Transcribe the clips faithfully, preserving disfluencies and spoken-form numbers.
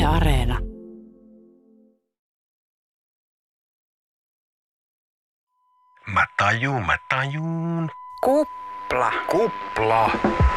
Yle Areena. Mä tajun, mä tajun. Kupla. Kupla.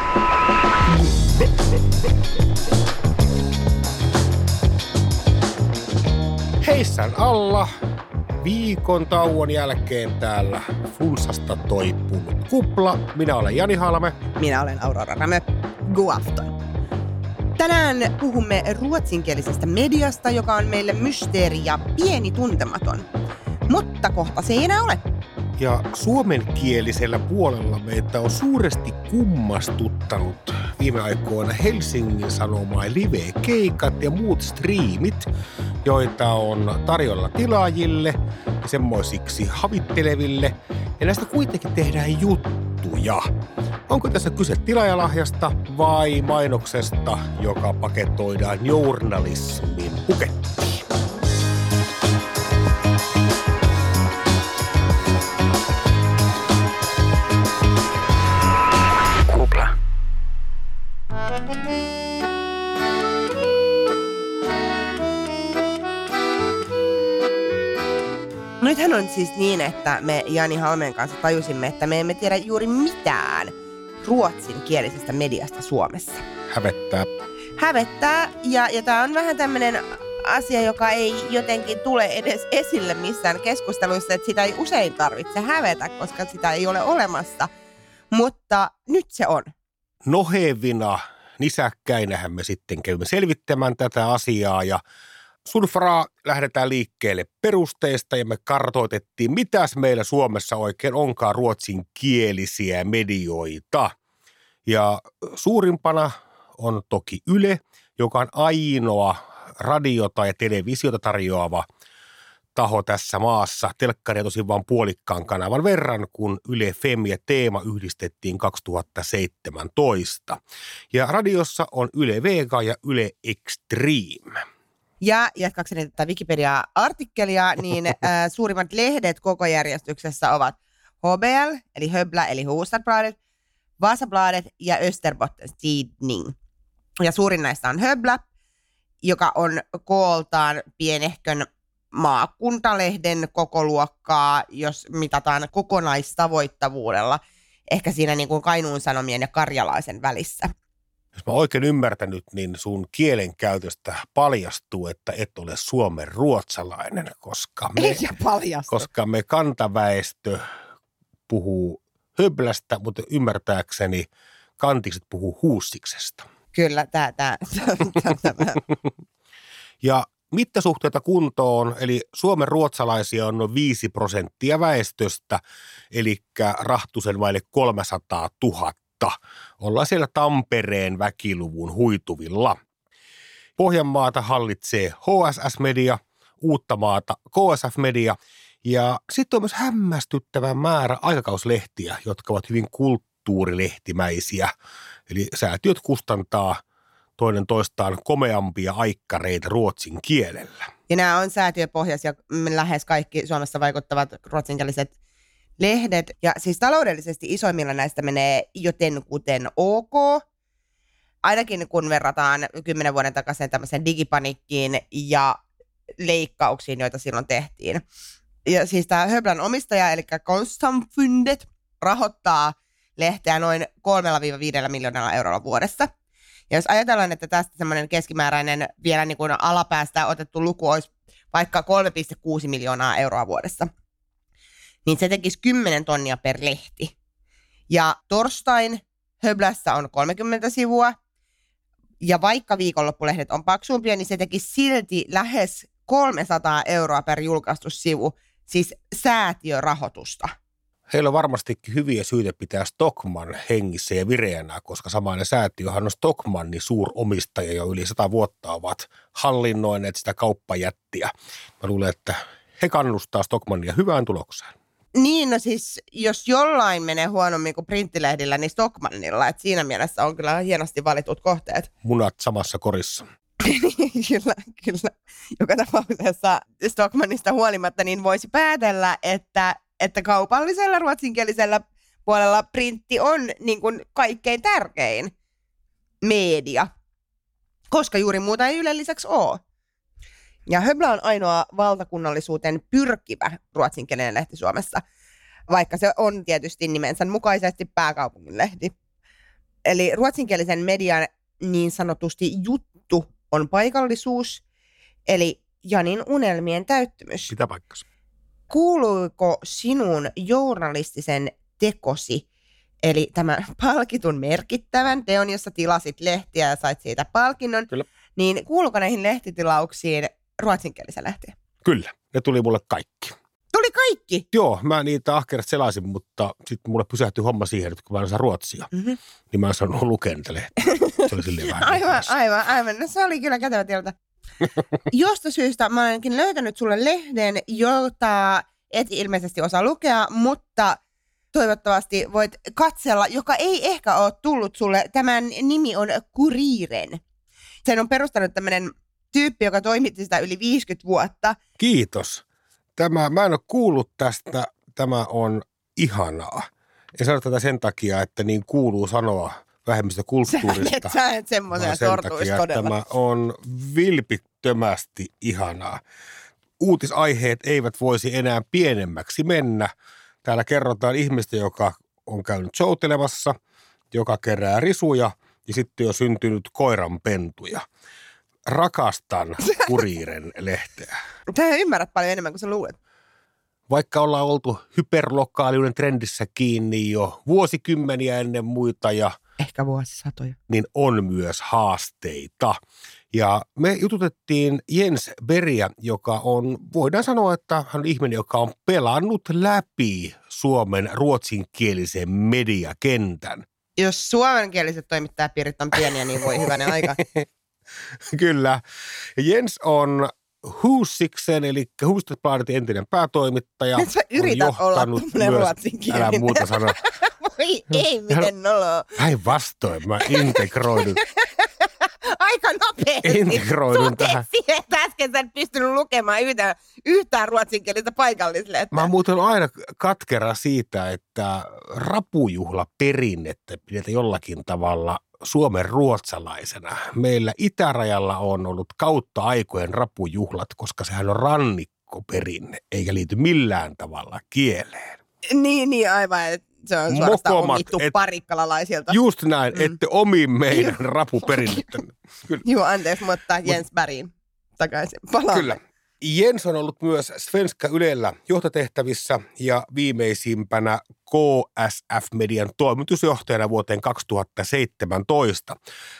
Heissän alla viikon tauon jälkeen täällä Funsasta toipunut kupla. Minä olen Jani Halme. Minä olen Aurora Rämö. God afton. Tänään puhumme ruotsinkielisestä mediasta, joka on meille mysteeri ja pieni tuntematon. Mutta kohta se ei enää ole. Ja suomenkielisellä puolella meitä on suuresti kummastuttanut viime aikoina Helsingin Sanomain live-keikat ja muut striimit, joita on tarjolla tilaajille ja semmoisiksi havitteleville. Ja näistä kuitenkin tehdään juttuja. Onko tässä kyse tilaajalahjasta vai mainoksesta, joka paketoidaan journalismin pukettiin? Nythän on siis niin, että me Jani Halmeen kanssa tajusimme, että me emme tiedä juuri mitään ruotsinkielisestä mediasta Suomessa. Hävettää. Hävettää, ja, ja tämä on vähän tämmöinen asia, joka ei jotenkin tule edes esille missään keskusteluissa, että sitä ei usein tarvitse hävetä, koska sitä ei ole olemassa. Mutta nyt se on. Nohevina nisäkkäinähän me sitten käymme selvittämään tätä asiaa ja Sulfraa lähdetään liikkeelle perusteista ja me kartoitettiin, mitäs meillä Suomessa oikein onkaan ruotsinkielisiä medioita. Ja suurimpana on toki Yle, joka on ainoa radiota ja televisiota tarjoava taho tässä maassa. Telkkaria tosin vain puolikkaan kanavan verran, kun Yle F M ja Teema yhdistettiin kaksituhattaseitsemäntoista. Ja radiossa on Yle Vega ja Yle Extreme. Ja jatkaakseni tätä Wikipedia-artikkelia, niin äh, suurimmat lehdet koko järjestyksessä ovat H B L, eli Höbla, eli Hufvudstadsbladet, Vasabladet ja Österbottens Tidning. Ja suurin näistä on Höbla, joka on kooltaan pienehkön maakuntalehden kokoluokkaa, jos mitataan kokonaistavoittavuudella, ehkä siinä niin kuin Kainuun Sanomien ja Karjalaisen välissä. Jos mä oikein ymmärtänyt, niin sun kielenkäytöstä paljastuu, että et ole Suomen ruotsalainen, koska me, koska me kantaväestö puhuu höblästä, mutta ymmärtääkseni kantikset puhuu huussiksesta. Kyllä, tämä. tämä, tämä. Ja mittasuhteita kuntoon, eli Suomen ruotsalaisia on noin viisi prosenttia väestöstä, eli rahtusen vaille kolmesataatuhatta. Ollaan siellä Tampereen väkiluvun huituvilla. Pohjanmaata hallitsee H S S-media, Uuttamaata K S F-media ja sitten on myös hämmästyttävä määrä aikakauslehtiä, jotka ovat hyvin kulttuurilehtimäisiä. Eli säätiöt kustantaa toinen toistaan komeampia aikkareita ruotsin kielellä. Ja nämä on säätiöpohjaisia, lähes kaikki Suomessa vaikuttavat ruotsinkieliset lehdet. Ja siis taloudellisesti isoimmilla näistä menee jotenkuten ok. Ainakin kun verrataan kymmenen vuoden takaisin tämmöiseen digipanikkiin ja leikkauksiin, joita silloin tehtiin. Ja siis tämä Höblan omistaja, eli Konstsamfundet, rahoittaa lehteä noin kolmesta viiteen miljoonalla eurolla vuodessa. Ja jos ajatellaan, että tästä semmoinen keskimääräinen vielä niin kuin alapäästä otettu luku olisi vaikka kolme pilkku kuusi miljoonaa euroa vuodessa, niin se tekisi kymmenen tonnia per lehti. Ja torstain Höblässä on kolmekymmentä sivua, ja vaikka viikonloppulehdet on paksumpia, niin se tekisi silti lähes kolmesataa euroa per julkaistu sivu, siis säätiörahoitusta. Heillä on varmastikin hyviä syitä pitää Stockmann hengissä ja vireänä, koska samainen säätiöhän on Stockmannin suuromistaja jo yli sata vuotta ovat hallinnoineet sitä kauppajättiä. Mä luulen, että he kannustaa Stockmannia hyvään tulokseen. Niin, no siis jos jollain menee huonommin kuin printtilehdillä, niin Stockmannilla, että siinä mielessä on kyllä hienosti valitut kohteet. Munat samassa korissa. kyllä, kyllä. Joka tapauksessa Stockmannista huolimatta niin voisi päätellä, että, että kaupallisella ruotsinkielisellä puolella printti on niin kuin kaikkein tärkein media. koska juuri muuta ei Ylen lisäksi ole. Ja Höblä on ainoa valtakunnallisuuteen pyrkivä ruotsinkielinen lehti Suomessa, vaikka se on tietysti nimensä mukaisesti pääkaupungin lehti. Eli ruotsinkielisen median niin sanotusti juttu on paikallisuus, eli Janin unelmien täyttymys. Sitä paikkansa. Kuuluiko sinun journalistisen tekosi, eli tämän palkitun merkittävän teon, jossa tilasit lehtiä ja sait siitä palkinnon, Kyllä. niin kuuluuko näihin lehtitilauksiin ruotsinkielisen lehtiä? Kyllä, ne tuli mulle kaikki. Tuli kaikki? Joo, mä niitä ahkerasti selaisin, mutta sitten mulle pysähtyi homma siihen, että kun mä en osaa ruotsia, Mm-hmm. niin mä en saanut lukea niitä lehtiä. Se oli silleen vähän Aivan, ihmeessä. aivan, aivan. No se oli kyllä kätevä tieltä. Josta syystä mä olenkin löytänyt sulle lehden, jota et ilmeisesti osaa lukea, mutta toivottavasti voit katsella, joka ei ehkä ole tullut sulle. Tämän nimi on Kuriren. Sen on perustanut tämmöinen tyyppi, joka toimitti sitä yli viisikymmentä vuotta. Kiitos. Tämä, mä en ole kuullut tästä, tämä on ihanaa. En sano tätä sen takia, että niin kuuluu sanoa vähemmistökulttuurista. Sä et semmoisen vaan sen sortuisi takia, todella. tämä on vilpittömästi ihanaa. Uutisaiheet eivät voisi enää pienemmäksi mennä. Täällä kerrotaan ihmistä, joka on käynyt showtelemassa, joka kerää risuja ja sitten on syntynyt koiranpentuja. Rakastan Kuriren lehteä. Sä ymmärrät paljon enemmän kuin sä luulet. Vaikka ollaan oltu hyperlokaaliuden trendissä kiinni jo vuosikymmeniä ennen muita, ja, Ehkä vuosisatoja. niin on myös haasteita. Ja me jututettiin Jens Bergiä, joka on, voidaan sanoa, että hän on ihminen, joka on pelannut läpi Suomen ruotsinkielisen mediakentän. Jos suomenkieliset toimittajapiirit on pieniä, niin voi hyvänen aika. Kyllä. Jens on Huusiksen, eli Hufvudstadsbladetin entinen päätoimittaja. Nyt sä yrität on olla johtanut tommonen myös, ruotsinkielinen. älä muuta sano. Voi ei, miten noloa. Päinvastoin, mä integroidun, Aika nopeasti. integroidun tähän. Suhteessa siihen, että äsken sä et pystynyt lukemaan yhtään, yhtään ruotsinkielistä paikallislehteä. Mä oon muuten aina katkera siitä, että rapujuhlaperinnettä pidetään jollakin tavalla Suomen ruotsalaisena. Meillä itärajalla on ollut kautta aikojen rapujuhlat, koska sehän on rannikkoperinne, eikä liity millään tavalla kieleen. Niin, niin aivan. että Se on suorastaan Mokomat, omittu et- parikkalalaisilta. Just näin, Mm. ette omi meidän rapuperinnettä. Kyllä. Joo, anteeksi, mutta Jens Bergin takaisin. Palaamme. Kyllä. Jens on ollut myös Svenska Ylellä johtotehtävissä ja viimeisimpänä K S F-median toimitusjohtajana vuoteen kaksituhattaseitsemäntoista.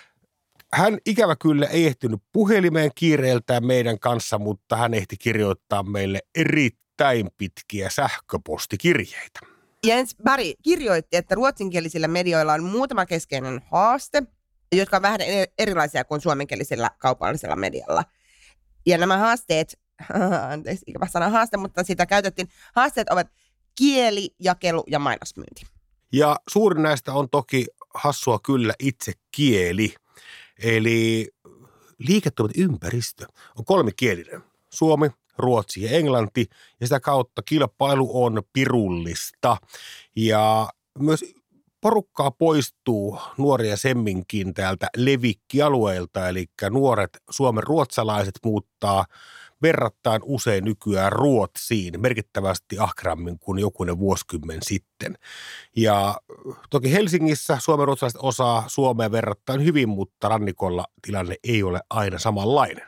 Hän ikävä kyllä ei ehtinyt puhelimeen kiireeltään meidän kanssa, mutta hän ehti kirjoittaa meille erittäin pitkiä sähköpostikirjeitä. Jens Berg kirjoitti, että ruotsinkielisillä medioilla on muutama keskeinen haaste, jotka on vähän erilaisia kuin suomenkielisellä kaupallisella medialla. Ja nämä haasteet, anteeksi, ikävä sana haaste, mutta sitä käytettiin, haasteet ovat kieli, jakelu ja mainosmyynti. Ja suurin näistä on toki hassua kyllä itse kieli. Eli liiketoimintaympäristö on kolmikielinen. Suomi, ruotsi ja englanti, ja sitä kautta kilpailu on pirullista. Ja myös porukkaa poistuu nuoria semminkin täältä levikkialueelta, eli nuoret suomen ruotsalaiset muuttaa verrattain usein nykyään Ruotsiin merkittävästi ahkerammin kuin jokunen vuosikymmen sitten. Ja toki Helsingissä suomen ruotsalaiset osaa suomea verrattain hyvin, mutta rannikolla tilanne ei ole aina samanlainen.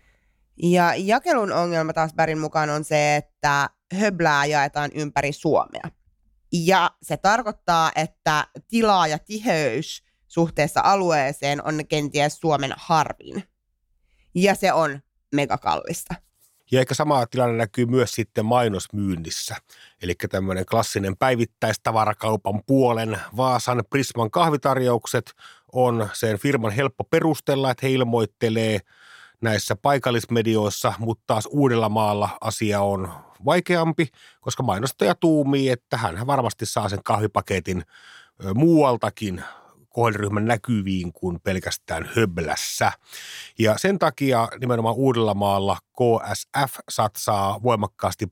Ja jakelun ongelma taas Bergin mukaan on se, että höblää jaetaan ympäri Suomea. Ja se tarkoittaa, että tila ja tiheys suhteessa alueeseen on kenties Suomen harvin. Ja se on megakallista. Ja ehkä sama tilanne näkyy myös sitten mainosmyynnissä. Eli tämmöinen klassinen päivittäistavarakaupan puolen Vaasan Prisman kahvitarjoukset on sen firman helppo perustella, että he ilmoittelee näissä paikallismedioissa, mutta taas Uudellamaalla asia on vaikeampi, koska mainostaja tuumii, että hän varmasti saa sen kahvipaketin muualtakin kohderyhmän näkyviin kuin pelkästään höblässä. Ja sen takia nimenomaan Uudellamaalla K S F satsaa voimakkaasti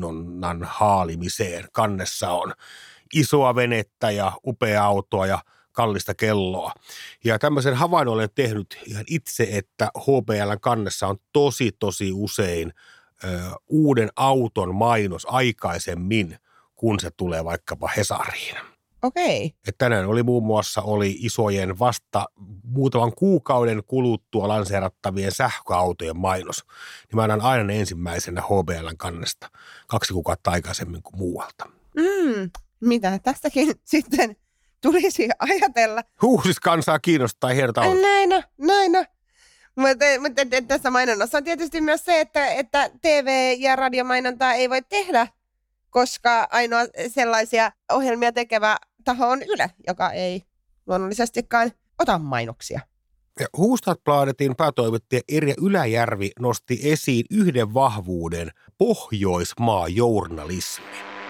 brändimainonnan haalimiseen. Kannessa on isoa venettä ja upea autoa ja kallista kelloa. Ja tämmöisen havainnon olen tehnyt ihan itse, että H B L:n kannessa on tosi, tosi usein ö, uuden auton mainos aikaisemmin, kun se tulee vaikkapa Hesariin. Okei. Et tänään oli muun muassa oli isojen vasta muutaman kuukauden kuluttua lanseerattavien sähköautojen mainos. Niin mä annan aina ensimmäisenä H B L:n kannesta kaksi kuukautta aikaisemmin kuin muualta. Mm, mitä tästäkin sitten tulisi ajatella? Huh, siis kansaa kiinnostaa hienota on. Näin on, näin on. Mutta, mutta tässä mainonnassa on tietysti myös se, että, että T V- ja radiomainontaa ei voi tehdä, koska ainoa sellaisia ohjelmia tekevä taho on Yle, joka ei luonnollisestikaan ota mainoksia. Ja Hufvudstadsbladetin päätoimittaja Erja Yläjärvi nosti esiin yhden vahvuuden, Pohjoismaa-journalismi.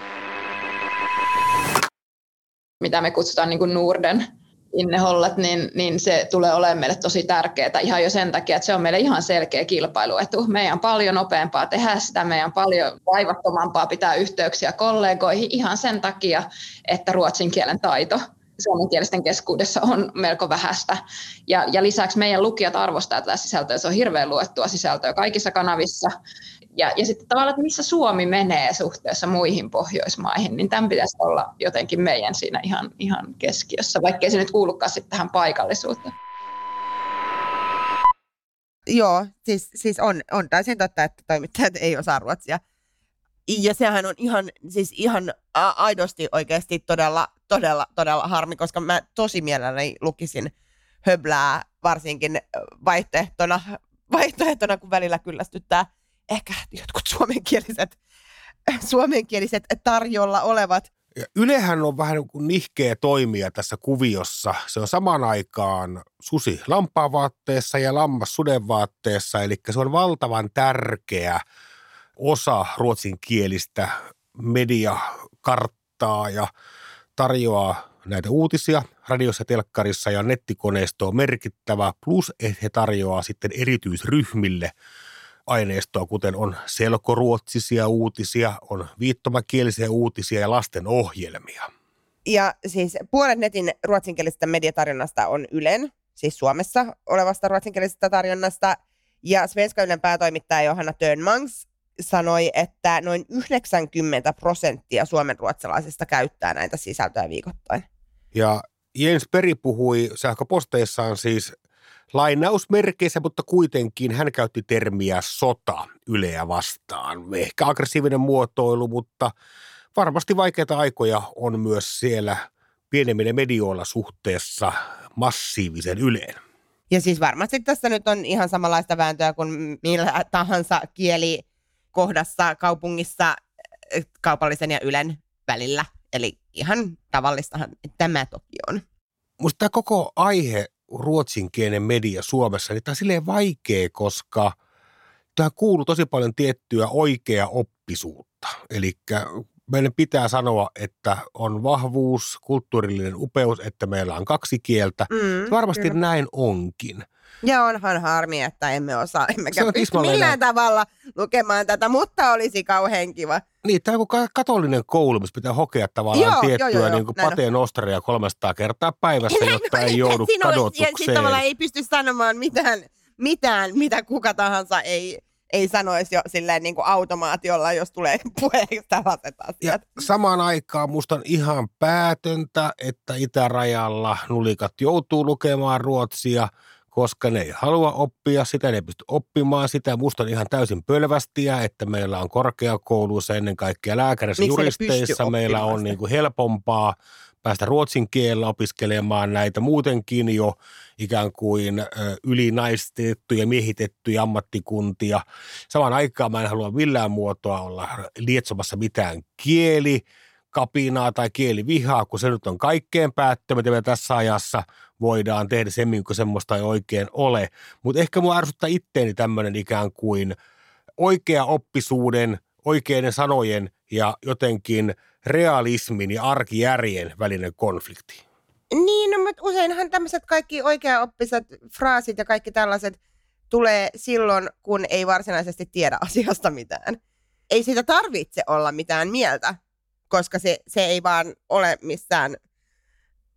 Mitä me kutsutaan niin kuin Norden innehållet, niin, niin se tulee olemaan meille tosi tärkeää ihan jo sen takia, että se on meille ihan selkeä kilpailuetu. Meidän on paljon nopeampaa tehdä sitä, meidän on paljon vaivattomampaa pitää yhteyksiä kollegoihin ihan sen takia, että ruotsin kielen taito suomenkielisten keskuudessa on melko vähäistä. Ja, ja lisäksi meidän lukijat arvostaa tätä sisältöä, se on hirveän luettua sisältöä kaikissa kanavissa. Ja, ja sitten tavallaan, että missä Suomi menee suhteessa muihin Pohjoismaihin, niin tämän pitäisi olla jotenkin meidän siinä ihan, ihan keskiössä, vaikkei se nyt kuulukaan sitten tähän paikallisuuteen. Joo, siis, siis on, on täysin totta, että toimittajat ei osaa ruotsia. Ja sehän on ihan, siis ihan aidosti oikeasti todella, todella, todella harmi, koska mä tosi mielelläni lukisin höblää varsinkin vaihtoehtona, vaihtoehtona kun välillä kyllästyttää ehkä jotkut suomenkieliset, suomenkieliset tarjolla olevat. Ja Ylehän on vähän kuin nihkeä toimija tässä kuviossa. Se on samaan aikaan susi lampaavaatteessa ja lammas sudenvaatteessa, eli se on valtavan tärkeä osa ruotsinkielistä mediakarttaa ja tarjoaa näitä uutisia radiossa, telkkarissa ja nettikoneisto on merkittävä, plus että he tarjoaa sitten erityisryhmille aineistoa, kuten on selkoruotsisia uutisia, on viittomakielisiä uutisia ja lasten ohjelmia. Ja siis puolet netin ruotsinkielisestä mediatarjonnasta on Ylen, siis Suomessa olevasta ruotsinkielisestä tarjonnasta, ja Svenska Ylen päätoimittaja Johanna Törnmangs sanoi, että noin yhdeksänkymmentä prosenttia suomenruotsalaisista käyttää näitä sisältöjä viikoittain. Ja Jens Peri puhui sähköposteissaan siis lainausmerkeissä, mutta kuitenkin hän käytti termiä sota Yleä vastaan. Ehkä aggressiivinen muotoilu, mutta varmasti vaikeita aikoja on myös siellä pienemmillä medioilla suhteessa massiivisen Yleen. Ja siis varmasti tässä nyt on ihan samanlaista vääntöä kuin millä tahansa kielikohdassa kaupungissa kaupallisen ja Ylen välillä. Eli ihan tavallistahan tämä toki on. Musta tämä koko aihe ruotsinkielinen media Suomessa, niin tämä on silleen vaikea, koska tämä kuuluu tosi paljon tiettyä oikea oppisuutta. Eli meidän pitää sanoa, että on vahvuus, kulttuurillinen upeus, että meillä on kaksi kieltä. Mm, Varmasti kyllä. Näin onkin. Ja onhan harmi, että emme osaa, emmekä pysty millään tavalla lukemaan tätä, mutta olisi kauhean kiva. Niin, tämä on kuin katolinen koulu, missä pitää hokea tavallaan joo, tiettyä joo, joo, niin kuin pateen nostria kolmesataa kertaa päivässä, jotta no, ei joudu kadotukseen. Ja sitten tavallaan ei pysty sanomaan mitään, mitään mitä kuka tahansa ei, ei sanoisi jo silleen niin kuin automaatiolla, jos tulee puheeksi tällaiset asiat. Ja samaan aikaan musta on ihan päätöntä, että itärajalla nulikat joutuu lukemaan ruotsia, koska ne ei halua oppia sitä, ne ei pysty oppimaan sitä. Musta on ihan täysin pölvästiä, että meillä on korkeakouluissa ennen kaikkea lääkärissä, juristeissa meillä on niin kuin helpompaa päästä ruotsin kielellä opiskelemaan näitä muutenkin jo ikään kuin ylinaistettuja, miehitettyjä ammattikuntia. Samaan aikaan mä en halua millään muotoa olla lietsomassa mitään kieli, kapinaa tai kielivihaa, kun se nyt on kaikkein päättömättä, mitä tässä ajassa voidaan tehdä semmin, kun semmoista ei oikein ole. Mutta ehkä mua ärsyttää itteeni tämmöinen ikään kuin oikea oppisuuden, oikeiden sanojen ja jotenkin realismin ja arkijärjen välinen konflikti. Niin, no, mutta useinhan tämmöiset kaikki oikeaoppiset fraasit ja kaikki tällaiset tulee silloin, kun ei varsinaisesti tiedä asiasta mitään. Ei siitä tarvitse olla mitään mieltä, koska se, se ei vaan ole missään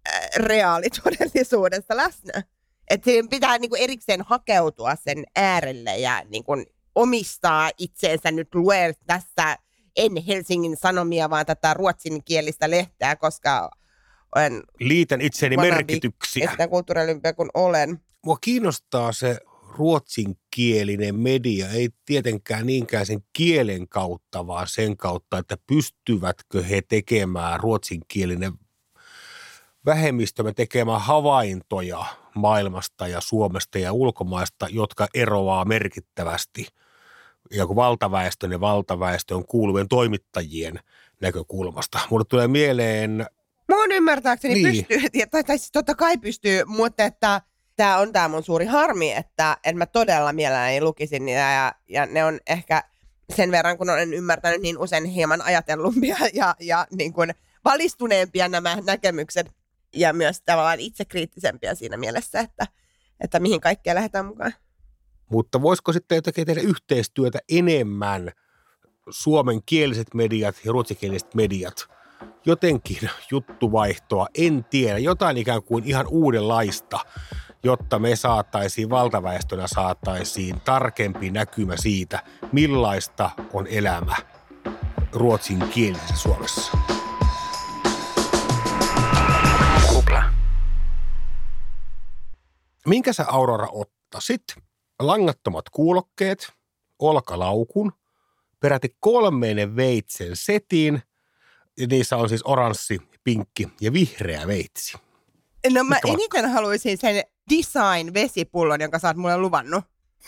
äh, reaalitodellisuudessa läsnä. Että siinä pitää niinku erikseen hakeutua sen äärelle ja niinku omistaa itseensä nyt lue tässä en Helsingin Sanomia, vaan tätä ruotsinkielistä lehteä, koska olen liitän itseni merkityksiä. Että kulttuurilympia kun olen. Mua kiinnostaa se ruotsinkielinen media, ei tietenkään niinkään sen kielen kautta, vaan sen kautta, että pystyvätkö he tekemään ruotsinkielinen vähemmistömme tekemään havaintoja maailmasta ja Suomesta ja ulkomaista, jotka eroaa merkittävästi joku valtaväestön ja valtaväestön kuuluvien toimittajien näkökulmasta. Mulle tulee mieleen... Mun ymmärtääkseni niin. pystyy, tai, tai siis totta kai pystyy, mutta että tämä on tämä mun suuri harmi, että, että mä todella mielelläni lukisin niitä ja, ja ne on ehkä sen verran, kun olen ymmärtänyt niin usein hieman ajatellumpia ja, ja niin kuin valistuneempia nämä näkemykset ja myös tavallaan itsekriittisempiä siinä mielessä, että, että mihin kaikkea lähdetään mukaan. Mutta voisiko sitten jotenkin tehdä yhteistyötä enemmän suomenkieliset mediat ja ruotsinkieliset mediat? Jotenkin juttuvaihtoa, en tiedä, jotain ikään kuin ihan uudenlaista, jotta me saataisiin, valtaväestönä saataisiin tarkempi näkymä siitä, millaista on elämä ruotsinkielisessä Suomessa. Kupla. Minkä sä, Aurora, ottaisit? Langattomat kuulokkeet, olkalaukun, peräti kolmeinen veitsen setin, ja niissä on siis oranssi, pinkki ja vihreä veitsi. No mä eniten haluaisin sen design-vesipullon, jonka sä oot mulle luvannut.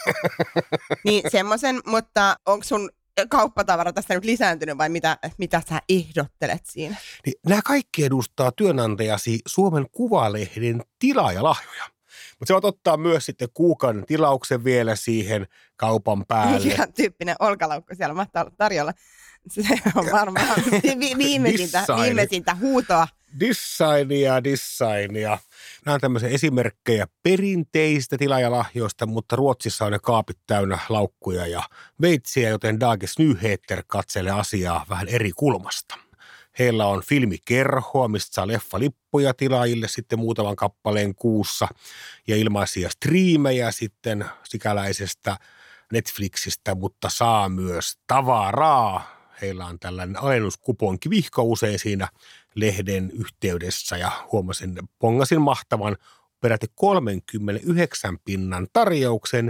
Niin semmoisen, mutta onko sun kauppatavara tästä nyt lisääntynyt vai mitä, mitä sä ehdottelet siinä? Niin, nämä kaikki edustaa työnantajasi Suomen Kuvalehden tilaajalahjoja. Mutta se voit ottaa myös sitten kuukauden tilauksen vielä siihen kaupan päälle. Mikä tyyppinen olkalaukku siellä mahtaa olla tarjolla. Se on varmaan viimeisintä, viimeisintä huutoa. Designia, designia. Nämä on tämmöisiä esimerkkejä perinteistä tilaajalahjoista, mutta Ruotsissa on ne kaapit täynnä laukkuja ja veitsiä, joten Dagens Nyheter katselee asiaa vähän eri kulmasta. Heillä on filmikerhoa, mistä saa leffalippuja tilaajille sitten muutaman kappaleen kuussa ja ilmaisia striimejä sitten sikäläisestä Netflixistä, mutta saa myös tavaraa. Heillä on tällainen alennuskuponki vihko usein siinä lehden yhteydessä ja huomasin, pongasin mahtavan peräti kolmekymmentäyhdeksän pinnan tarjouksen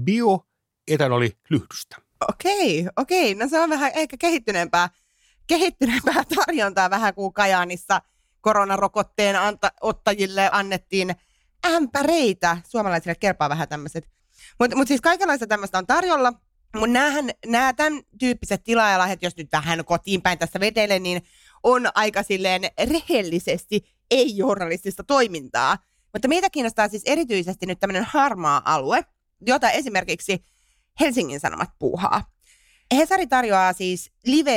bioetanolilyhdystä. Okei, okei. No se on vähän ehkä kehittyneempää, kehittyneempää tarjontaa vähän kuin Kajaanissa koronarokotteen anta, ottajille annettiin ämpäreitä. Suomalaisille kelpaa vähän tämmöiset. Mutta mut siis kaikenlaista tämmöistä on tarjolla. Mutta nämä tämän tyyppiset tilaajalahjat, jos nyt vähän kotiin päin tässä vetele, niin on aika silleen rehellisesti ei-journalistista toimintaa. Mutta meitä kiinnostaa siis erityisesti nyt tämmöinen harmaa alue, jota esimerkiksi Helsingin Sanomat puuhaa. Hesari tarjoaa siis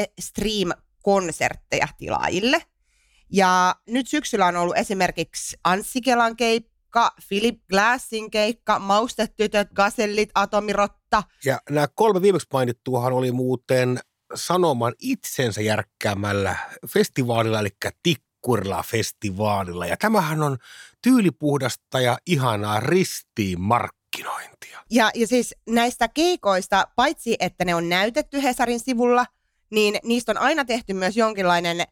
live-stream-konsertteja tilaajille. Ja nyt syksyllä on ollut esimerkiksi Anssi Kelan keikka, Philip Glassin keikka, Maustetytöt, Gazellit, Atomirotta. Ja nämä kolme viimeksi mainittuahan oli muuten Sanoman itsensä järkkäämällä festivaalilla, eli Tikkurila-festivaalilla. Ja tämähän on tyylipuhdasta ja ihanaa ristiin markkinointia. Ja, ja siis näistä keikoista, paitsi että ne on näytetty Hesarin sivulla, niin niistä on aina tehty myös jonkinlainen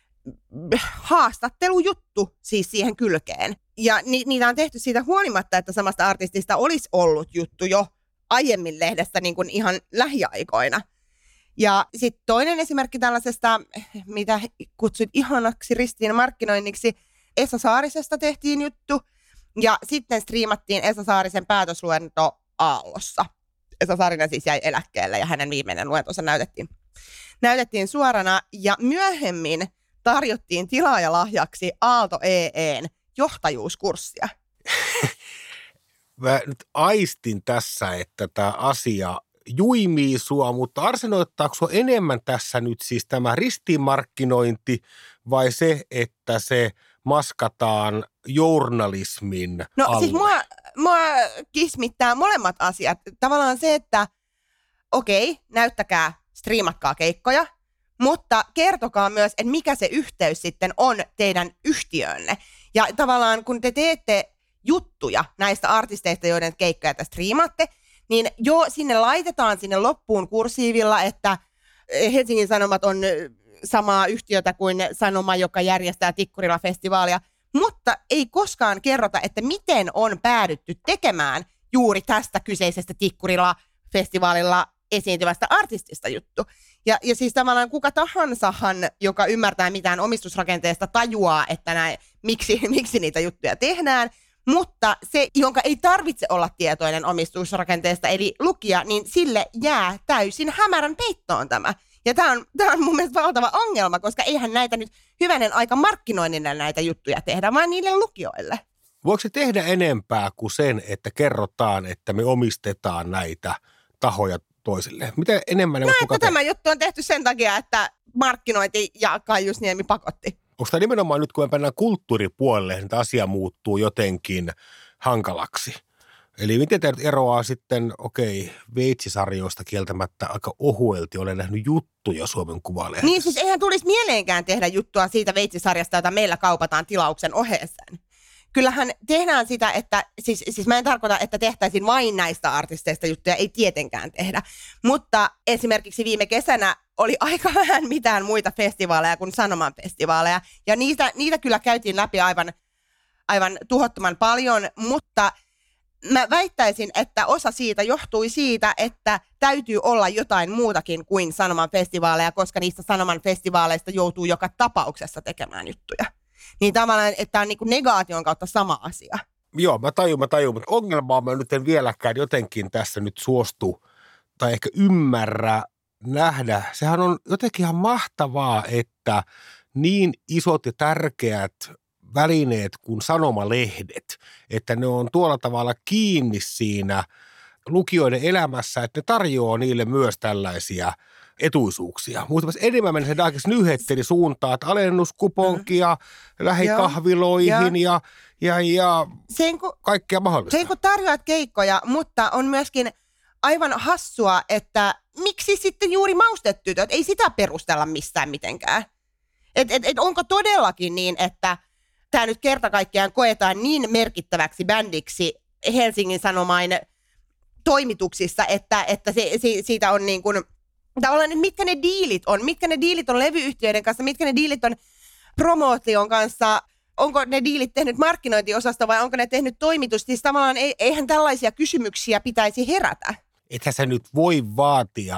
haastattelujuttu siis siihen kylkeen. Ja ni, niitä on tehty siitä huolimatta, että samasta artistista olisi ollut juttu jo aiemmin lehdessä niin kuin ihan lähiaikoina. Ja sitten toinen esimerkki tällaisesta, mitä kutsuit ihanaksi ristiin markkinoinniksi, Esa Saarisesta tehtiin juttu. Ja sitten striimattiin Esa Saarisen päätösluento Aallossa. Esa Saarinen siis jäi eläkkeelle ja hänen viimeinen luentonsa näytettiin, näytettiin suorana. Ja myöhemmin tarjottiin tilaajalahjaksi Aalto E E:n johtajuuskurssia. Mä nyt aistin tässä, että tämä asia juimii sua, mutta arsenoittaako sua enemmän tässä nyt siis tämä ristiinmarkkinointi vai se, että se maskataan journalismin No alle? siis mua, mua kismittää molemmat asiat. Tavallaan se, että okei, näyttäkää, striimatkaa keikkoja, mutta kertokaa myös, että mikä se yhteys sitten on teidän yhtiönne. Ja tavallaan kun te teette juttuja näistä artisteista, joiden keikkoja te striimaatte, niin jo sinne laitetaan sinne loppuun kursiivilla, että Helsingin Sanomat on samaa yhtiötä kuin Sanoma, joka järjestää Tikkurila-festivaalia, mutta ei koskaan kerrota, että miten on päädytty tekemään juuri tästä kyseisestä Tikkurila-festivaalilla esiintyvästä artistista juttu. Ja, ja siis tavallaan kuka tahansahan, joka ymmärtää mitään omistusrakenteesta, tajuaa, että näin, miksi, miksi niitä juttuja tehdään, mutta se, jonka ei tarvitse olla tietoinen omistusrakenteesta, eli lukija, niin sille jää täysin hämärän peittoon tämä. Ja tämä on, tämä on mun mielestä valtava ongelma, koska eihän näitä nyt hyvänen aika markkinoinnille näitä juttuja tehdä, vaan niille lukijoille. Voiko se tehdä enempää kuin sen, että kerrotaan, että me omistetaan näitä tahoja toisille? Mitä enemmän ne no, mukaan että tämä juttu on tehty sen takia, että markkinointi ja Kaijus Niemi pakotti. Onko tämä nimenomaan nyt, kun me mennään kulttuuripuolelle, niin tämä asia muuttuu jotenkin hankalaksi? Eli miten tämä eroaa sitten, okei, veitsisarjoista kieltämättä aika ohuelti, olen nähnyt juttuja Suomen Kuvalehdessä. Niin siis eihän tulisi mieleenkään tehdä juttua siitä veitsisarjasta, jota meillä kaupataan tilauksen oheeseen. Kyllähän tehdään sitä, että, siis, siis mä en tarkoita, että tehtäisiin vain näistä artisteista juttuja, ei tietenkään tehdä. Mutta esimerkiksi viime kesänä oli aika vähän mitään muita festivaaleja kuin Sanoman festivaaleja. Ja niitä, niitä kyllä käytiin läpi aivan, aivan tuhottoman paljon, mutta mä väittäisin, että osa siitä johtui siitä, että täytyy olla jotain muutakin kuin Sanoman festivaaleja, koska niistä Sanoman festivaaleista joutuu joka tapauksessa tekemään juttuja. Niin tavallaan, että tämä on niin kuin negaation kautta sama asia. Joo, mä tajun, mä tajun, mutta ongelmaa mä nyt en vieläkään jotenkin tässä nyt suostu tai ehkä ymmärrä nähdä. Sehän on jotenkin ihan mahtavaa, että niin isot ja tärkeät välineet kuin sanomalehdet, että ne on tuolla tavalla kiinni siinä lukijoiden elämässä, että ne tarjoaa niille myös tällaisia etuisuuksia. Muistamassa enemmän mennä se Darkest Nyheterin suuntaan, että alennuskuponkia mm. lähikahviloihin ja, ja, ja sen, kun, kaikkea mahdollista. Sen kun tarjoat keikkoja, mutta on myöskin aivan hassua, että miksi sitten juuri maustetytöt, ei sitä perustella missään mitenkään. Et, et, et onko todellakin niin, että tämä nyt kerta kaikkiaan koetaan niin merkittäväksi bändiksi Helsingin Sanomain toimituksissa, että, että se, se, siitä on niin kuin tavallaan, että mitkä ne diilit on, mitkä ne diilit on levyyhtiöiden kanssa, mitkä ne diilit on promotion kanssa, onko ne diilit tehnyt markkinointiosasta vai onko ne tehnyt toimitus, siis tavallaan eihän tällaisia kysymyksiä pitäisi herätä. Ethän sä nyt voi vaatia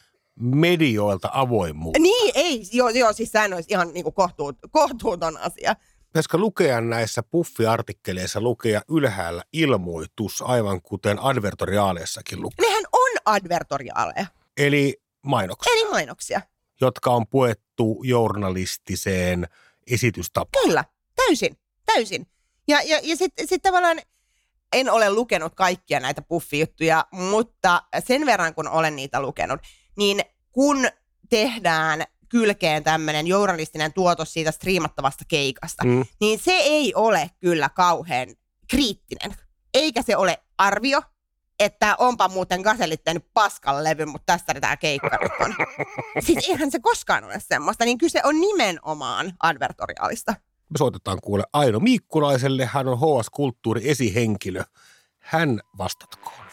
medioilta avoimuutta. Niin, ei, joo, joo siis sehän olisi ihan niin kuin kohtuut, kohtuuton asia. Pitäisikö lukea näissä puffiartikkeleissa lukea ylhäällä ilmoitus, aivan kuten advertoriaaleissakin lukee? Nehän on advertoriaaleja. Eli mainoksia. Eli mainoksia. Jotka on puettu journalistiseen esitystapaan. Kyllä, täysin, täysin. Ja, ja, ja sitten sit tavallaan en ole lukenut kaikkia näitä puffijuttuja, mutta sen verran kun olen niitä lukenut, niin kun tehdään kylkeen tämmöinen journalistinen tuotos siitä striimattavasta keikasta, mm. niin se ei ole kyllä kauhean kriittinen. Eikä se ole arvio, että onpa muuten Gazellit tehnyt paskan levy, mutta tästä tämä keikka nyt on. Siis eihän se koskaan ole semmoista, niin kyse on nimenomaan advertoriaalista. Me soitetaan kuule Aino Miikkulaiselle, hän on H S-kulttuuri esihenkilö. Hän vastatkoon.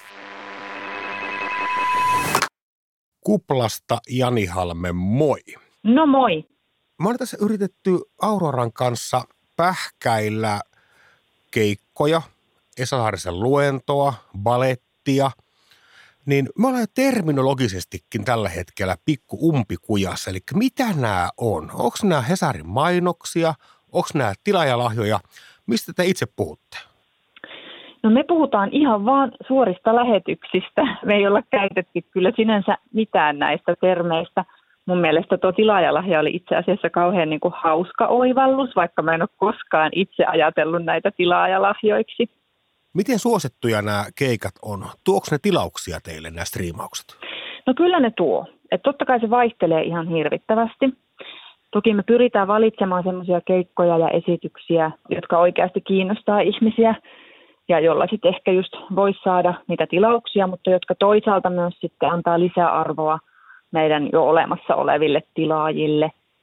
Kuplasta Jani Halme, moi. No moi. Mä oon tässä yritetty Auroran kanssa pähkäillä keikkoja, Esa Saarisen luentoa, balettia, niin me ollaan terminologisestikin tällä hetkellä pikku umpikujassa. Eli mitä nämä on? Onko nämä Hesarin mainoksia? Onko nämä tilaajalahjoja? Mistä te itse puhutte? No me puhutaan ihan vaan suorista lähetyksistä. Me ei olla käytetty kyllä sinänsä mitään näistä termeistä. Mun mielestä tuo tilaajalahja oli itse asiassa kauhean niin kuin hauska oivallus, vaikka mä en ole koskaan itse ajatellut näitä tilaajalahjoiksi. Miten suosittuja nämä keikat on? Tuoks ne tilauksia teille nämä striimaukset? No kyllä ne tuo. Että totta kai se vaihtelee ihan hirvittävästi. Toki me pyritään valitsemaan semmoisia keikkoja ja esityksiä, jotka oikeasti kiinnostaa ihmisiä ja jolla sitten ehkä just voisi saada niitä tilauksia, mutta jotka toisaalta myös sitten antaa lisäarvoa meidän jo olemassa oleville tilaajille.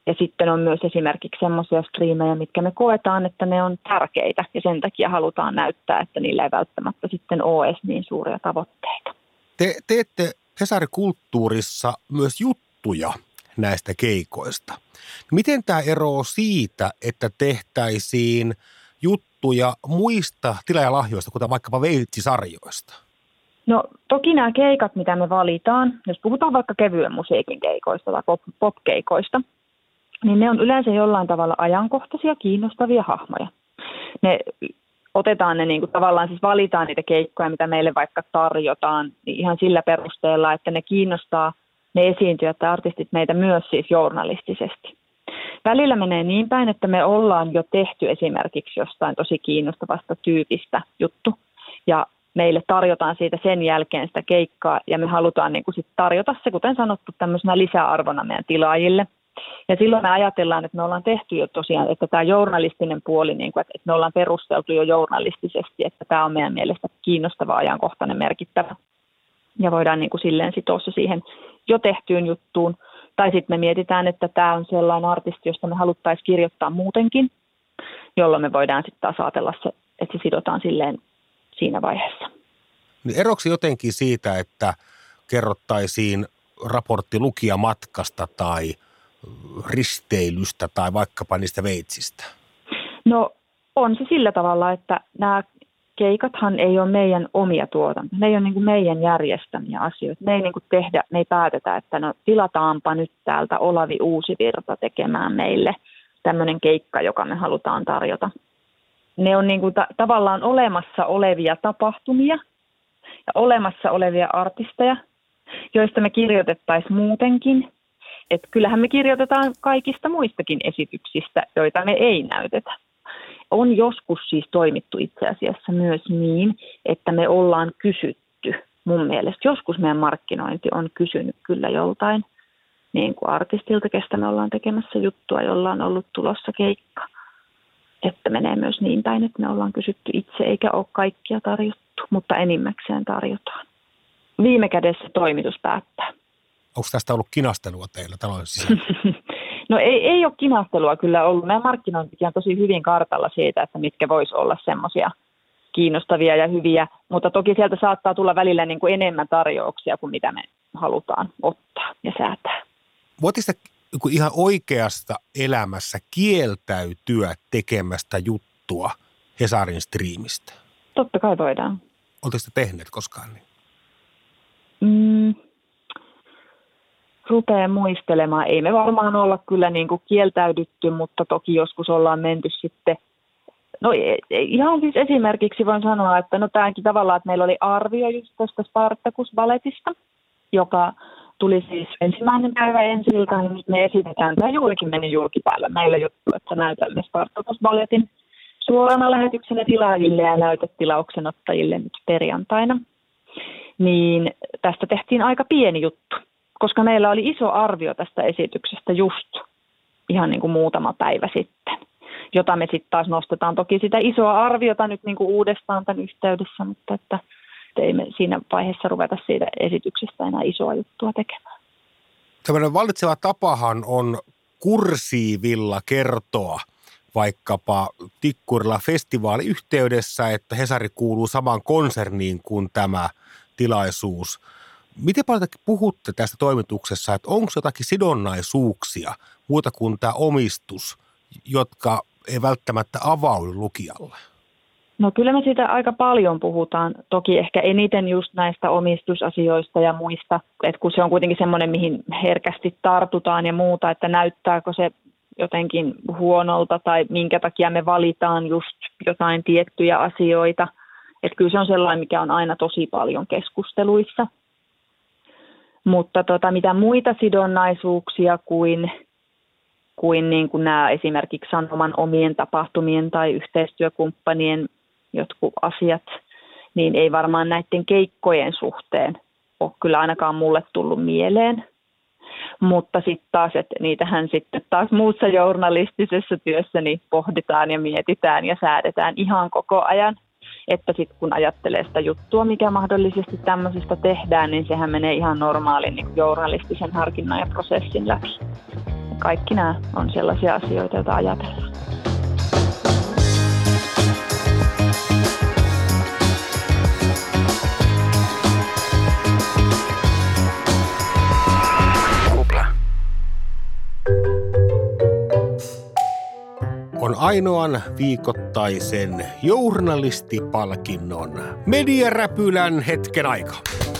Ja sitten on myös esimerkiksi semmoisia striimejä, mitkä me koetaan, että ne on tärkeitä ja sen takia halutaan näyttää, että niillä ei välttämättä sitten ole edes niin suuria tavoitteita. Te teette Hesari-kulttuurissa myös juttuja näistä keikoista. Miten tämä eroaa siitä, että tehtäisiin juttuja muista tilaajalahjoista, kuten vaikkapa veitsisarjoista? No toki nämä keikat, mitä me valitaan, jos puhutaan vaikka kevyen musiikin keikoista tai pop- pop-keikoista, niin ne on yleensä jollain tavalla ajankohtaisia, kiinnostavia hahmoja. Ne otetaan ne niin kuin tavallaan, siis valitaan niitä keikkoja, mitä meille vaikka tarjotaan, niin ihan sillä perusteella, että ne kiinnostaa ne esiintyjät tai artistit meitä myös siis journalistisesti. Välillä menee niin päin, että me ollaan jo tehty esimerkiksi jostain tosi kiinnostavasta tyypistä juttu, ja meille tarjotaan siitä sen jälkeen sitä keikkaa, ja me halutaan niin kuin sit tarjota se, kuten sanottu, tämmöisenä lisäarvona meidän tilaajille. Ja silloin me ajatellaan, että me ollaan tehty jo tosiaan, että tämä journalistinen puoli, niin kuin, että me ollaan perusteltu jo journalistisesti, että tämä on meidän mielestä kiinnostava, ajankohtainen, merkittävä. Ja voidaan niin kuin silleen sitoa se siihen jo tehtyyn juttuun. Tai sitten me mietitään, että tämä on sellainen artisti, josta me haluttaisiin kirjoittaa muutenkin, jolloin me voidaan sitten taas ajatella se, että se sidotaan silleen siinä vaiheessa. Niin eroksi jotenkin siitä, että kerrottaisiin raportti lukijamatkasta tai risteilystä tai vaikkapa niistä veitsistä? No on se sillä tavalla, että nämä keikathan ei ole meidän omia tuotantoja. Ne ei ole niin kuin meidän järjestämiä asioita. Me ei niin kuin tehdä, me ei päätetä, että no tilataanpa nyt täältä Olavi Uusivirta tekemään meille tämmöinen keikka, joka me halutaan tarjota. Ne on niin kuin ta- tavallaan olemassa olevia tapahtumia ja olemassa olevia artisteja, joista me kirjoitettaisiin muutenkin. Että kyllähän me kirjoitetaan kaikista muistakin esityksistä, joita me ei näytetä. On joskus siis toimittu itse asiassa myös niin, että me ollaan kysytty. Mun mielestä joskus meidän markkinointi on kysynyt kyllä joltain niin kuin artistilta, kestä me ollaan tekemässä juttua, jolla on ollut tulossa keikka. Että menee myös niin päin, että me ollaan kysytty itse eikä ole kaikkia tarjottu, mutta enimmäkseen tarjotaan. Viime kädessä toimitus päättää. Onko tästä ollut kinastelua teillä talon sisällä? No ei, ei ole kinastelua kyllä ollut. Meidän markkinointikin on tosi hyvin kartalla siitä, että mitkä vois olla semmoisia kiinnostavia ja hyviä, mutta toki sieltä saattaa tulla välillä niin kuin enemmän tarjouksia kuin mitä me halutaan ottaa ja säätää. Voitteko ihan oikeasta elämässä kieltäytyä tekemästä juttua Hesarin striimistä? Totta kai voidaan. Oletteko te tehneet koskaan niin? Mm. Rupeaa muistelemaan. Ei me varmaan olla kyllä niin kuin kieltäydytty, mutta toki joskus ollaan menty sitten. No ihan siis esimerkiksi voin sanoa, että no tämäkin tavallaan, että meillä oli arvio just tästä Spartacus-baletista, joka tuli siis ensimmäinen päivä ensi-ilta, niin nyt me esitetään, tämä juurikin meni julkipäivä meillä juttu, että näytämme Spartacus-baletin suorana lähetyksenä tilaajille ja näytetilauksen ottajille nyt perjantaina. Niin tästä tehtiin aika pieni juttu, koska meillä oli iso arvio tästä esityksestä just ihan niin kuin muutama päivä sitten, jota me sitten taas nostetaan toki sitä isoa arviota nyt niin kuin uudestaan tämän yhteydessä, mutta että ei me siinä vaiheessa ruveta siitä esityksestä enää isoa juttua tekemään. Tällainen vallitseva tapahan on kursiivilla kertoa vaikkapa Tikkurilla festivaaliyhteydessä, että Hesari kuuluu samaan konserniin kuin tämä tilaisuus. Miten paljon puhutte tästä toimituksessa, että onko jotakin sidonnaisuuksia muuta kuin tämä omistus, jotka ei välttämättä avaudu lukijalle? No kyllä me siitä aika paljon puhutaan. Toki ehkä eniten just näistä omistusasioista ja muista, että kun se on kuitenkin semmoinen, mihin herkästi tartutaan ja muuta, että näyttääkö se jotenkin huonolta tai minkä takia me valitaan just jotain tiettyjä asioita. Että kyllä se on sellainen, mikä on aina tosi paljon keskusteluissa. Mutta tota, mitä muita sidonnaisuuksia kuin, kuin, niin kuin nämä esimerkiksi Sanoman omien tapahtumien tai yhteistyökumppanien jotkut asiat, niin ei varmaan näiden keikkojen suhteen ole kyllä ainakaan mulle tullut mieleen. Mutta sitten taas, että niitähän sitten taas muussa journalistisessa työssä niin pohditaan ja mietitään ja säädetään ihan koko ajan. Että sitten kun ajattelee sitä juttua, mikä mahdollisesti tämmöisestä tehdään, niin sehän menee ihan normaalin niin journalistisen harkinnan ja prosessin läpi. kaikki nämä on sellaisia asioita, joita ajatellaan. On ainoan viikoittaisen journalistipalkinnon mediaräpylän hetken aika.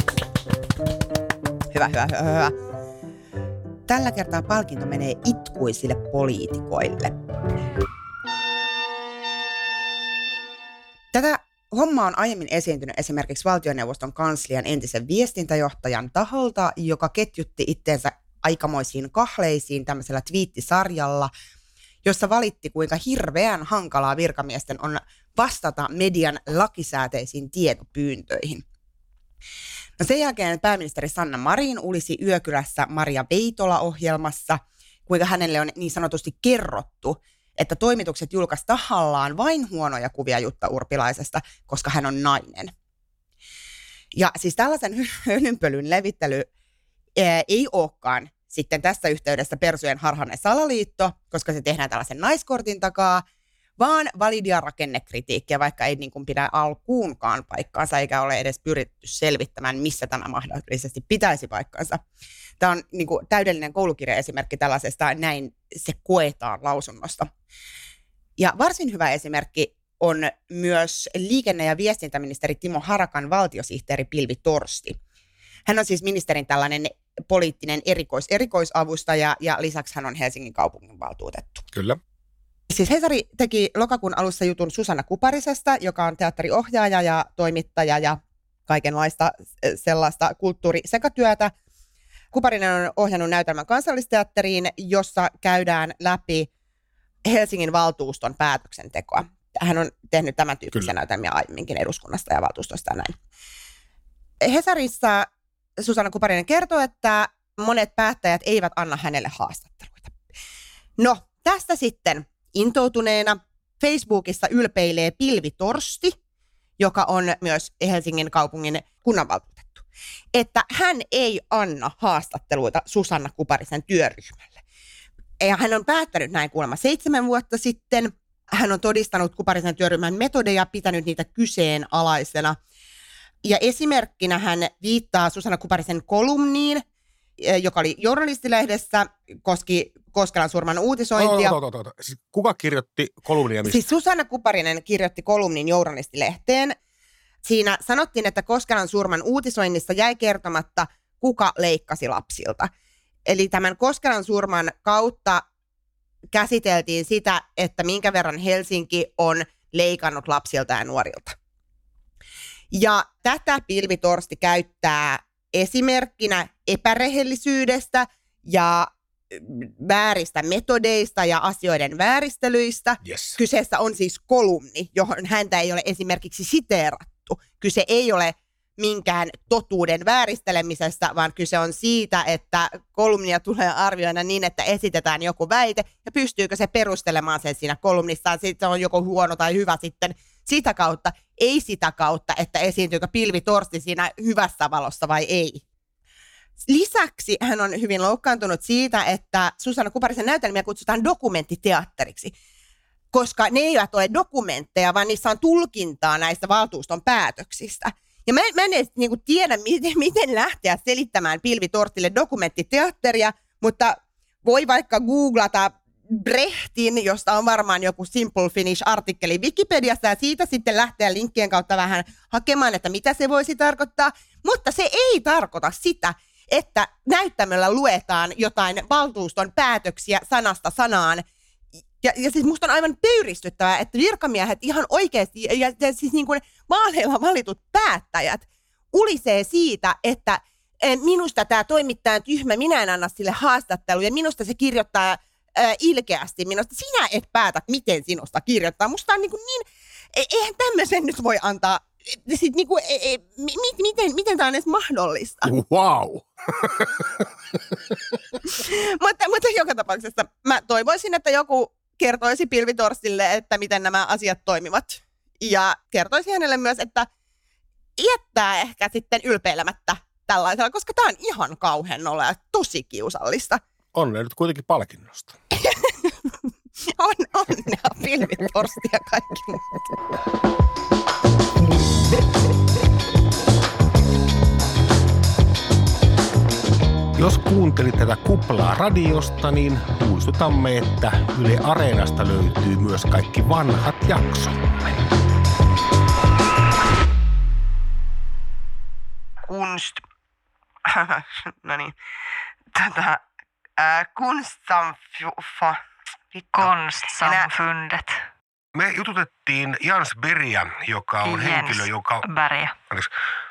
Hyvä, hyvä, hyvä, hyvä. Tällä kertaa palkinto menee itkuisille poliitikoille. Tätä hommaa on aiemmin esiintynyt esimerkiksi valtioneuvoston kanslian entisen viestintäjohtajan taholta, joka ketjutti itteensä aikamoisiin kahleisiin tämmöisellä twiittisarjalla, jossa valitti, kuinka hirveän hankalaa virkamiesten on vastata median lakisääteisiin tietopyyntöihin. No sen jälkeen pääministeri Sanna Marin ulisi Yökylässä Maria Veitola-ohjelmassa, kuinka hänelle on niin sanotusti kerrottu, että toimitukset julkaisi tahallaan vain huonoja kuvia Jutta Urpilaisesta, koska hän on nainen. Ja siis tällaisen hölynpölyn levittely ää, ei olekaan sitten tässä yhteydessä persujen harhainen salaliitto, koska se tehdään tällaisen naiskortin takaa, vaan validia rakennekritiikkiä, vaikka ei niin kuin pidä alkuunkaan paikkaansa, eikä ole edes pyritty selvittämään, missä tämä mahdollisesti pitäisi paikkaansa. Tämä on niin kuin täydellinen koulukirjaesimerkki tällaisesta, näin se koetaan lausunnosta. Ja varsin hyvä esimerkki on myös liikenne- ja viestintäministeri Timo Harakan valtiosihteeri Pilvi Torsti. Hän on siis ministerin tällainen poliittinen erikois, erikoisavustaja ja lisäksi hän on Helsingin kaupunginvaltuutettu. Kyllä. Siis Hesari teki lokakuun alussa jutun Susanna Kuparisesta, joka on teatteriohjaaja ja toimittaja ja kaikenlaista sellaista kulttuurisekatyötä. Kuparinen on ohjannut näytelmän Kansallisteatteriin, jossa käydään läpi Helsingin valtuuston päätöksentekoa. Hän on tehnyt tämän tyyppisiä Kyllä. näytelmiä aiemminkin eduskunnasta ja valtuustosta ja näin. Hesarissa Susanna Kuparinen kertoo, että monet päättäjät eivät anna hänelle haastatteluita. No, tästä sitten intoutuneena Facebookissa ylpeilee Pilvi Torsti, joka on myös Helsingin kaupungin kunnanvaltuutettu, että hän ei anna haastatteluita Susanna Kuparisen työryhmälle. Ja hän on päättänyt näin kuulemma seitsemän vuotta sitten. Hän on todistanut Kuparisen työryhmän metodeja, pitänyt niitä kyseenalaisena. Ja esimerkkinä hän viittaa Susanna Kuparisen kolumniin, joka oli journalistilehdessä, koski Koskelan surman uutisointia. Oh, oh, oh, oh. Siis kuka kirjoitti kolumnia mistä? Siis Susanna Kuparinen kirjoitti kolumnin journalistilehteen. Siinä sanottiin, että Koskelan surman uutisoinnissa jäi kertomatta, kuka leikkasi lapsilta. Eli tämän Koskelan surman kautta käsiteltiin sitä, että minkä verran Helsinki on leikannut lapsilta ja nuorilta. Ja tätä Pilvi Torsti käyttää esimerkkinä epärehellisyydestä ja vääristä metodeista ja asioiden vääristelyistä. Yes. Kyseessä on siis kolumni, johon häntä ei ole esimerkiksi siteerattu. Kyse ei ole minkään totuuden vääristelemisestä, vaan kyse on siitä, että kolumnia tulee arvioida niin, että esitetään joku väite ja pystyykö se perustelemaan sen siinä kolumnissaan. Sitten on joko huono tai hyvä sitten sitä kautta, ei sitä kautta, että esiintyykö Pilvi Torsti siinä hyvässä valossa vai ei. Lisäksi hän on hyvin loukkaantunut siitä, että Susanna Kuparisen näytelmiä kutsutaan dokumenttiteatteriksi, koska ne eivät ole dokumentteja, vaan niissä on tulkintaa näistä valtuuston päätöksistä. Ja mä, mä en edes niin kuin tiedä, miten, miten lähteä selittämään Pilvi Torstille dokumenttiteatteria, mutta voi vaikka googlata Brechtin, josta on varmaan joku Simple Finnish-artikkeli Wikipediassa, ja siitä sitten lähteä linkkien kautta vähän hakemaan, että mitä se voisi tarkoittaa. Mutta se ei tarkoita sitä, että näyttämöllä luetaan jotain valtuuston päätöksiä sanasta sanaan. Ja, ja siis musta on aivan pöyristyttävää, että virkamiehet ihan oikeasti, ja, ja siis niin kuin vaaleilla valitut päättäjät ulisee siitä, että minusta tämä toimittaja on tyhmä, minä en anna sille haastatteluja, minusta se kirjoittaa ää, ilkeästi, minusta sinä et päätä, miten sinusta kirjoittaa. Musta on niin, kuin niin eihän tämmöisen nyt voi antaa, siis niin kuin, e, e, mi, miten, miten tämä on edes mahdollista? Wow! mutta, mutta joka tapauksessa mä toivoisin, että joku kertoisi Pilvi Torstille, että miten nämä asiat toimivat. Ja kertoisi hänelle myös, että jättää ehkä sitten ylpeilemättä tällaisella, koska tämä on ihan kauhean noloa ja tosi kiusallista. onnea nyt kuitenkin palkinnosta. On, onnea, filmit, torsti ja kaikki muut. Jos kuuntelit tätä kuplaa radiosta, niin muistutamme, että Yle Areenasta löytyy myös kaikki vanhat jaksomme. Kunst. No niin. Tätä äh, Kunstsamfa. Konstsamfundet. Me jututettiin Jans Bergia, joka on Jens henkilö, joka... Berg. Anteeksi,